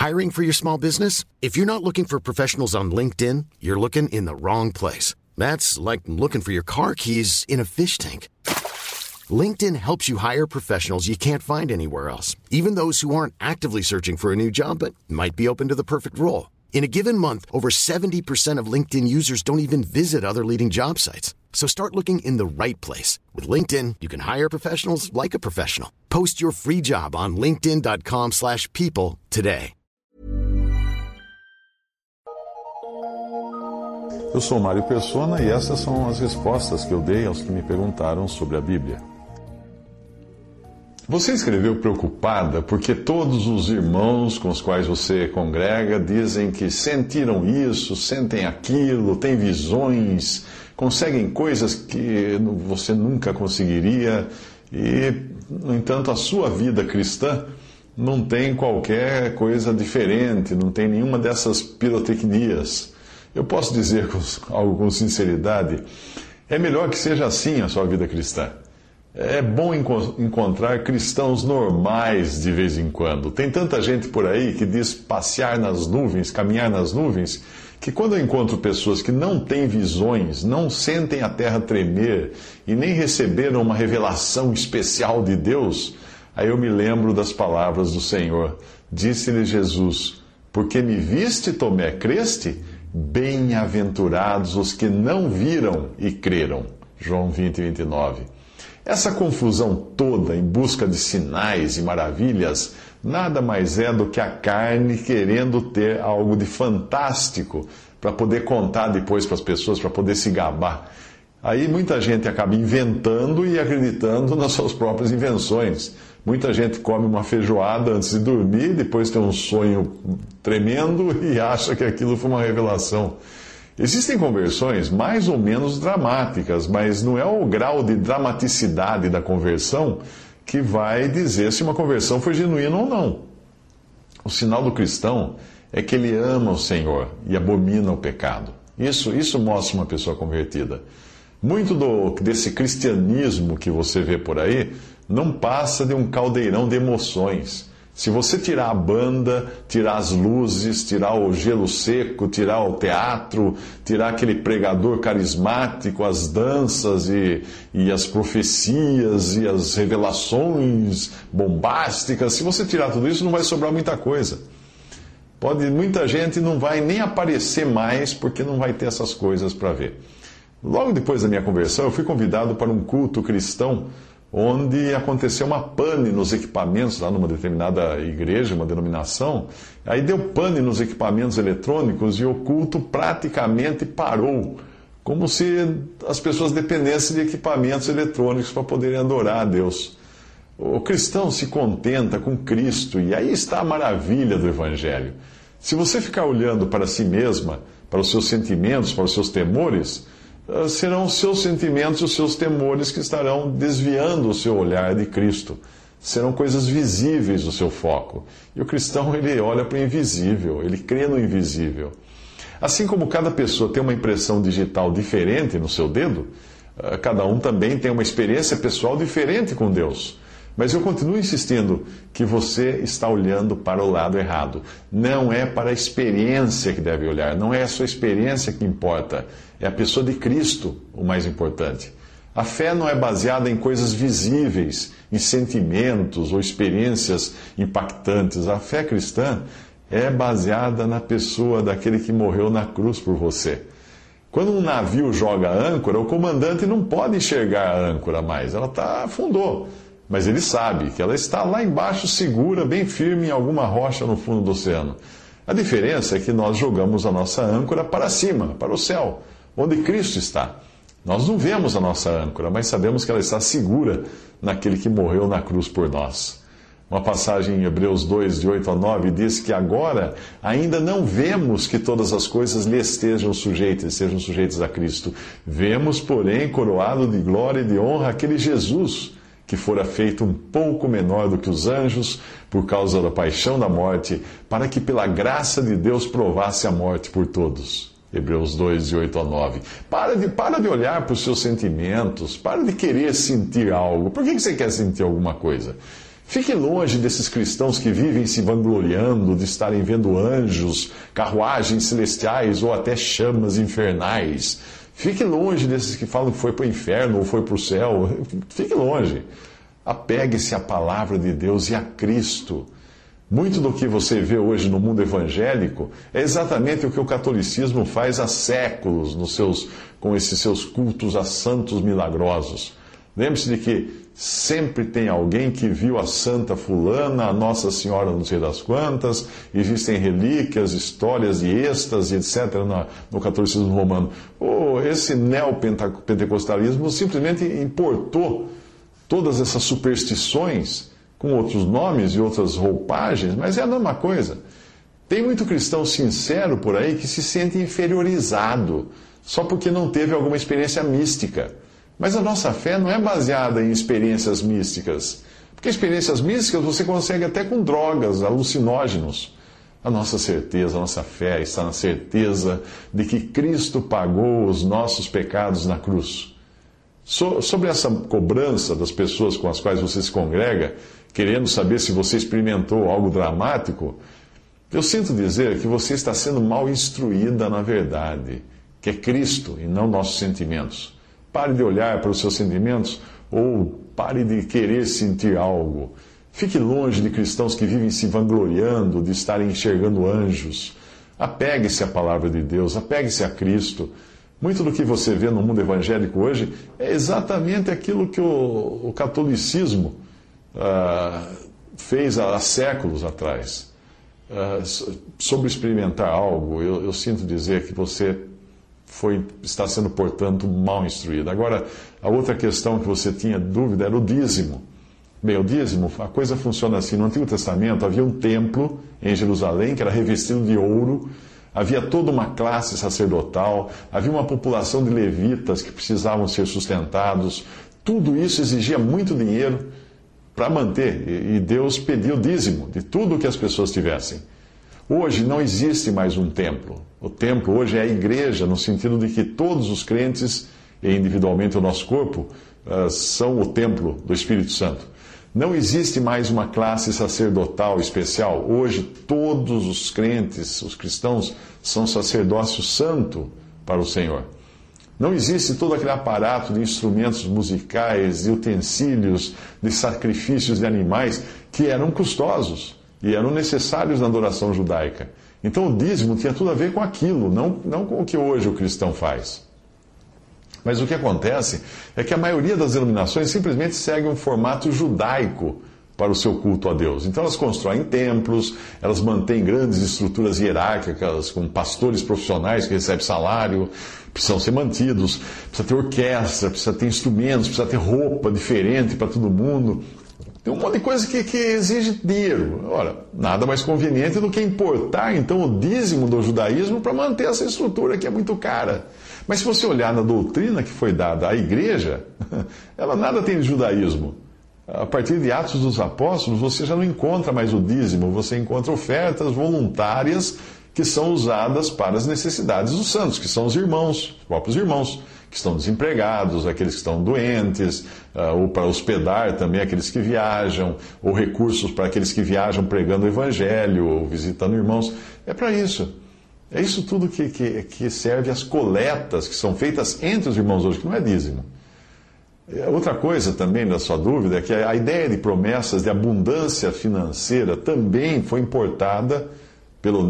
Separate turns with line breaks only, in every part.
Hiring for your small business? If you're not looking for professionals on LinkedIn, you're looking in the wrong place. That's like looking for your car keys in a fish tank. LinkedIn helps you hire professionals you can't find anywhere else, even those who aren't actively searching for a new job but might be open to the perfect role. In a given month, over 70% of LinkedIn users don't even visit other leading job sites. So start looking in the right place. With LinkedIn, you can hire professionals like a professional. Post your free job on linkedin.com/people today.
Eu sou Mário Persona e essas são as respostas que eu dei aos que me perguntaram sobre a Bíblia. Você escreveu preocupada porque todos os irmãos com os quais você congrega dizem que sentiram isso, sentem aquilo, têm visões, conseguem coisas que você nunca conseguiria e, no entanto, a sua vida cristã não tem qualquer coisa diferente, não tem nenhuma dessas pirotecnias. Eu posso dizer algo com sinceridade, é melhor que seja assim a sua vida cristã. É bom encontrar cristãos normais de vez em quando. Tem tanta gente por aí que diz passear nas nuvens, caminhar nas nuvens, que quando eu encontro pessoas que não têm visões, não sentem a terra tremer e nem receberam uma revelação especial de Deus, aí eu me lembro das palavras do Senhor. Disse-lhe Jesus, porque me viste, Tomé, creste? Bem-aventurados os que não viram e creram. João 20, 29. Essa confusão toda em busca de sinais e maravilhas nada mais é do que a carne querendo ter algo de fantástico para poder contar depois para as pessoas, para poder se gabar. Aí muita gente acaba inventando e acreditando nas suas próprias invenções. Muita gente come uma feijoada antes de dormir, depois tem um sonho tremendo e acha que aquilo foi uma revelação. Existem conversões mais ou menos dramáticas, mas não é o grau de dramaticidade da conversão que vai dizer se uma conversão foi genuína ou não. O sinal do cristão é que ele ama o Senhor e abomina o pecado. Isso mostra uma pessoa convertida. Muito desse cristianismo que você vê por aí não passa de um caldeirão de emoções. Se você tirar a banda, tirar as luzes, tirar o gelo seco, tirar o teatro, tirar aquele pregador carismático, as danças e as profecias e as revelações bombásticas, se você tirar tudo isso, não vai sobrar muita coisa. Muita gente não vai nem aparecer mais porque não vai ter essas coisas para ver. Logo depois da minha conversão, eu fui convidado para um culto cristão onde aconteceu uma pane nos equipamentos, lá numa determinada igreja, uma denominação. Aí deu pane nos equipamentos eletrônicos e o culto praticamente parou, como se as pessoas dependessem de equipamentos eletrônicos para poderem adorar a Deus. O cristão se contenta com Cristo, e aí está a maravilha do Evangelho. Se você ficar olhando para si mesma, para os seus sentimentos, para os seus temores, serão os seus sentimentos e os seus temores que estarão desviando o seu olhar de Cristo. Serão coisas visíveis do seu foco. E o cristão, ele olha para o invisível, ele crê no invisível. Assim como cada pessoa tem uma impressão digital diferente no seu dedo, cada um também tem uma experiência pessoal diferente com Deus. Mas eu continuo insistindo que você está olhando para o lado errado. Não é para a experiência que deve olhar, não é a sua experiência que importa. É a pessoa de Cristo o mais importante. A fé não é baseada em coisas visíveis, em sentimentos ou experiências impactantes. A fé cristã é baseada na pessoa daquele que morreu na cruz por você. Quando um navio joga a âncora, o comandante não pode enxergar a âncora mais. Ela afundou. Mas ele sabe que ela está lá embaixo, segura, bem firme em alguma rocha no fundo do oceano. A diferença é que nós jogamos a nossa âncora para cima, para o céu, onde Cristo está. Nós não vemos a nossa âncora, mas sabemos que ela está segura naquele que morreu na cruz por nós. Uma passagem em Hebreus 2, de 8 a 9, diz que agora ainda não vemos que todas as coisas lhe sejam sujeitas a Cristo. Vemos, porém, coroado de glória e de honra aquele Jesus, que fora feito um pouco menor do que os anjos, por causa da paixão da morte, para que pela graça de Deus provasse a morte por todos. Hebreus 2, de 8 a 9. Para de olhar para os seus sentimentos, para de querer sentir algo. Por que você quer sentir alguma coisa? Fique longe desses cristãos que vivem se vangloriando de estarem vendo anjos, carruagens celestiais ou até chamas infernais. Fique longe desses que falam que foi para o inferno ou foi para o céu. Fique longe. Apegue-se à palavra de Deus e a Cristo. Muito do que você vê hoje no mundo evangélico é exatamente o que o catolicismo faz há séculos com esses seus cultos a santos milagrosos. Lembre-se de que sempre tem alguém que viu a Santa Fulana, a Nossa Senhora não sei das quantas, existem relíquias, histórias de êxtase, etc., no catolicismo romano. Esse neopentecostalismo simplesmente importou todas essas superstições com outros nomes e outras roupagens, mas é a mesma coisa. Tem muito cristão sincero por aí que se sente inferiorizado só porque não teve alguma experiência mística. Mas a nossa fé não é baseada em experiências místicas. Porque experiências místicas você consegue até com drogas, alucinógenos. A nossa certeza, a nossa fé está na certeza de que Cristo pagou os nossos pecados na cruz. Sobre essa cobrança das pessoas com as quais você se congrega, querendo saber se você experimentou algo dramático, eu sinto dizer que você está sendo mal instruída na verdade, que é Cristo e não nossos sentimentos. Pare de olhar para os seus sentimentos ou pare de querer sentir algo. Fique longe de cristãos que vivem se vangloriando de estarem enxergando anjos. Apegue-se à palavra de Deus, apegue-se a Cristo. Muito do que você vê no mundo evangélico hoje é exatamente aquilo que o catolicismo fez há séculos atrás. Sobre experimentar algo, eu sinto dizer que você está sendo, portanto, mal instruído. Agora, a outra questão que você tinha dúvida era o dízimo. Bem, o dízimo, a coisa funciona assim. No Antigo Testamento havia um templo em Jerusalém que era revestido de ouro, havia toda uma classe sacerdotal, havia uma população de levitas que precisavam ser sustentados. Tudo isso exigia muito dinheiro para manter, e Deus pediu dízimo de tudo que as pessoas tivessem. Hoje não existe mais um templo. O templo hoje é a igreja, no sentido de que todos os crentes, e individualmente o nosso corpo, são o templo do Espírito Santo. Não existe mais uma classe sacerdotal especial. Hoje todos os crentes, os cristãos, são sacerdócio santo para o Senhor. Não existe todo aquele aparato de instrumentos musicais, de utensílios, de sacrifícios de animais que eram custosos e eram necessários na adoração judaica. Então o dízimo tinha tudo a ver com aquilo, não com o que hoje o cristão faz. Mas o que acontece é que a maioria das denominações simplesmente segue um formato judaico para o seu culto a Deus. Então elas constroem templos, elas mantêm grandes estruturas hierárquicas, com pastores profissionais que recebem salário, precisam ser mantidos, precisa ter orquestra, precisa ter instrumentos, precisa ter roupa diferente para todo mundo. Tem um monte de coisa que exige dinheiro. Ora, nada mais conveniente do que importar, então, o dízimo do judaísmo para manter essa estrutura que é muito cara. Mas se você olhar na doutrina que foi dada à igreja, ela nada tem de judaísmo. A partir de Atos dos Apóstolos, você já não encontra mais o dízimo, você encontra ofertas voluntárias que são usadas para as necessidades dos santos, que são os irmãos, os próprios irmãos, que estão desempregados, aqueles que estão doentes, ou para hospedar também aqueles que viajam, ou recursos para aqueles que viajam pregando o evangelho, ou visitando irmãos. É para isso. É isso tudo que serve às coletas que são feitas entre os irmãos hoje, que não é dízimo. Outra coisa também da sua dúvida é que a ideia de promessas de abundância financeira também foi importada pelo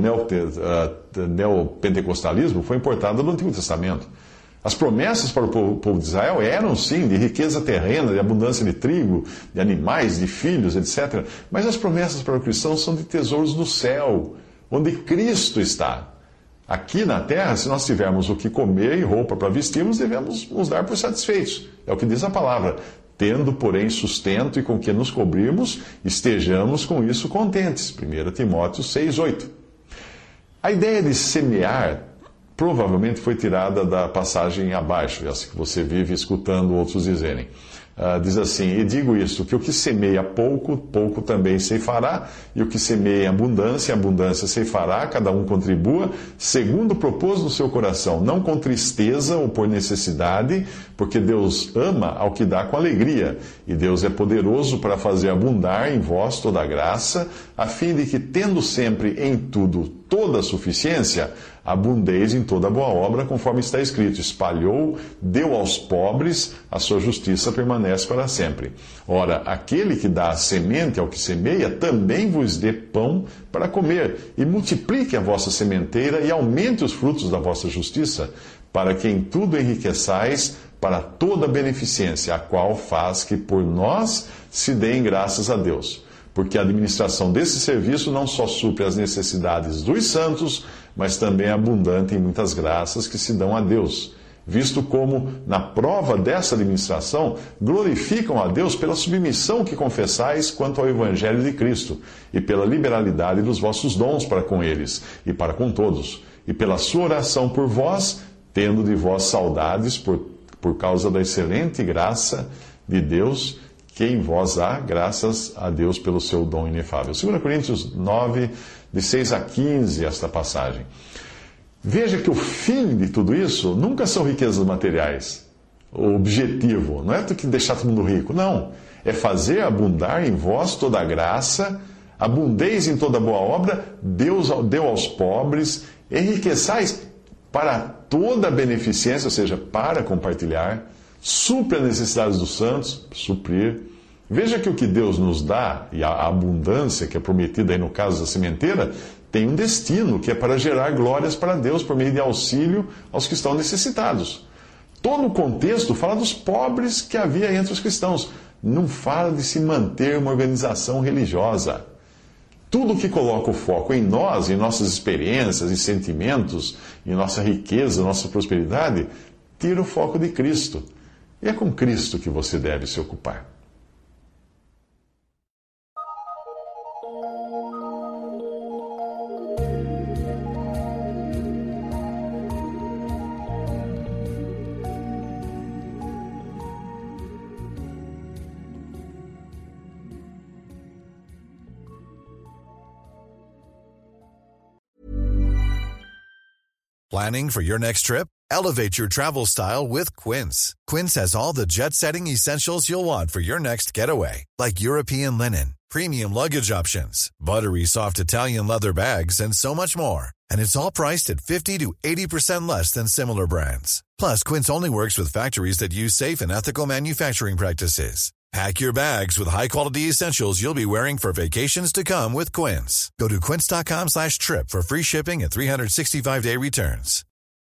neopentecostalismo, foi importada do Antigo Testamento. As promessas para o povo de Israel eram, sim, de riqueza terrena, de abundância de trigo, de animais, de filhos, etc. Mas as promessas para o cristão são de tesouros no céu, onde Cristo está. Aqui na terra, se nós tivermos o que comer e roupa para vestirmos, devemos nos dar por satisfeitos. É o que diz a palavra. Tendo, porém, sustento e com que nos cobrirmos, estejamos com isso contentes. 1 Timóteo 6,8. A ideia de semear provavelmente foi tirada da passagem abaixo, essa que você vive escutando outros dizerem. Diz assim: e digo isto, que o que semeia pouco, pouco também ceifará, e o que semeia em abundância, abundância ceifará, cada um contribua, segundo propôs no seu coração, não com tristeza ou por necessidade, porque Deus ama ao que dá com alegria, e Deus é poderoso para fazer abundar em vós toda a graça, a fim de que, tendo sempre em tudo toda a suficiência, abundeis em toda boa obra, conforme está escrito: espalhou, deu aos pobres, a sua justiça permanece para sempre. Ora, aquele que dá a semente ao que semeia, também vos dê pão para comer, e multiplique a vossa sementeira, e aumente os frutos da vossa justiça, para que em tudo enriqueçais para toda beneficência, a qual faz que por nós se deem graças a Deus. Porque a administração desse serviço não só supre as necessidades dos santos, mas também é abundante em muitas graças que se dão a Deus, visto como, na prova dessa administração, glorificam a Deus pela submissão que confessais quanto ao Evangelho de Cristo, e pela liberalidade dos vossos dons para com eles, e para com todos, e pela sua oração por vós, tendo de vós saudades por causa da excelente graça de Deus, que em vós há, graças a Deus pelo seu dom inefável. 2 Coríntios 9, de 6 a 15, esta passagem. Veja que o fim de tudo isso nunca são riquezas materiais. O objetivo não é que deixar todo mundo rico, não. É fazer abundar em vós toda a graça, abundeis em toda boa obra, Deus deu aos pobres, enriqueçais para toda a beneficência, ou seja, para compartilhar, supre as necessidades dos santos, suprir. Veja que o que Deus nos dá, e a abundância que é prometida aí no caso da sementeira, tem um destino, que é para gerar glórias para Deus por meio de auxílio aos que estão necessitados. Todo o contexto fala dos pobres que havia entre os cristãos. Não fala de se manter uma organização religiosa. Tudo que coloca o foco em nós, em nossas experiências e sentimentos, em nossa riqueza, nossa prosperidade, tira o foco de Cristo. E é com Cristo que você deve se ocupar.
Planning for your next trip? Elevate your travel style with Quince. Quince has all the jet-setting essentials you'll want for your next getaway, like European linen, premium luggage options, buttery soft Italian leather bags, and so much more. And it's all priced at 50 to 80% less than similar brands. Plus, Quince only works with factories that use safe and ethical manufacturing practices. Pack your bags with high-quality essentials you'll be wearing for vacations to come with Quince. Go to quince.com/trip for free shipping and 365-day returns.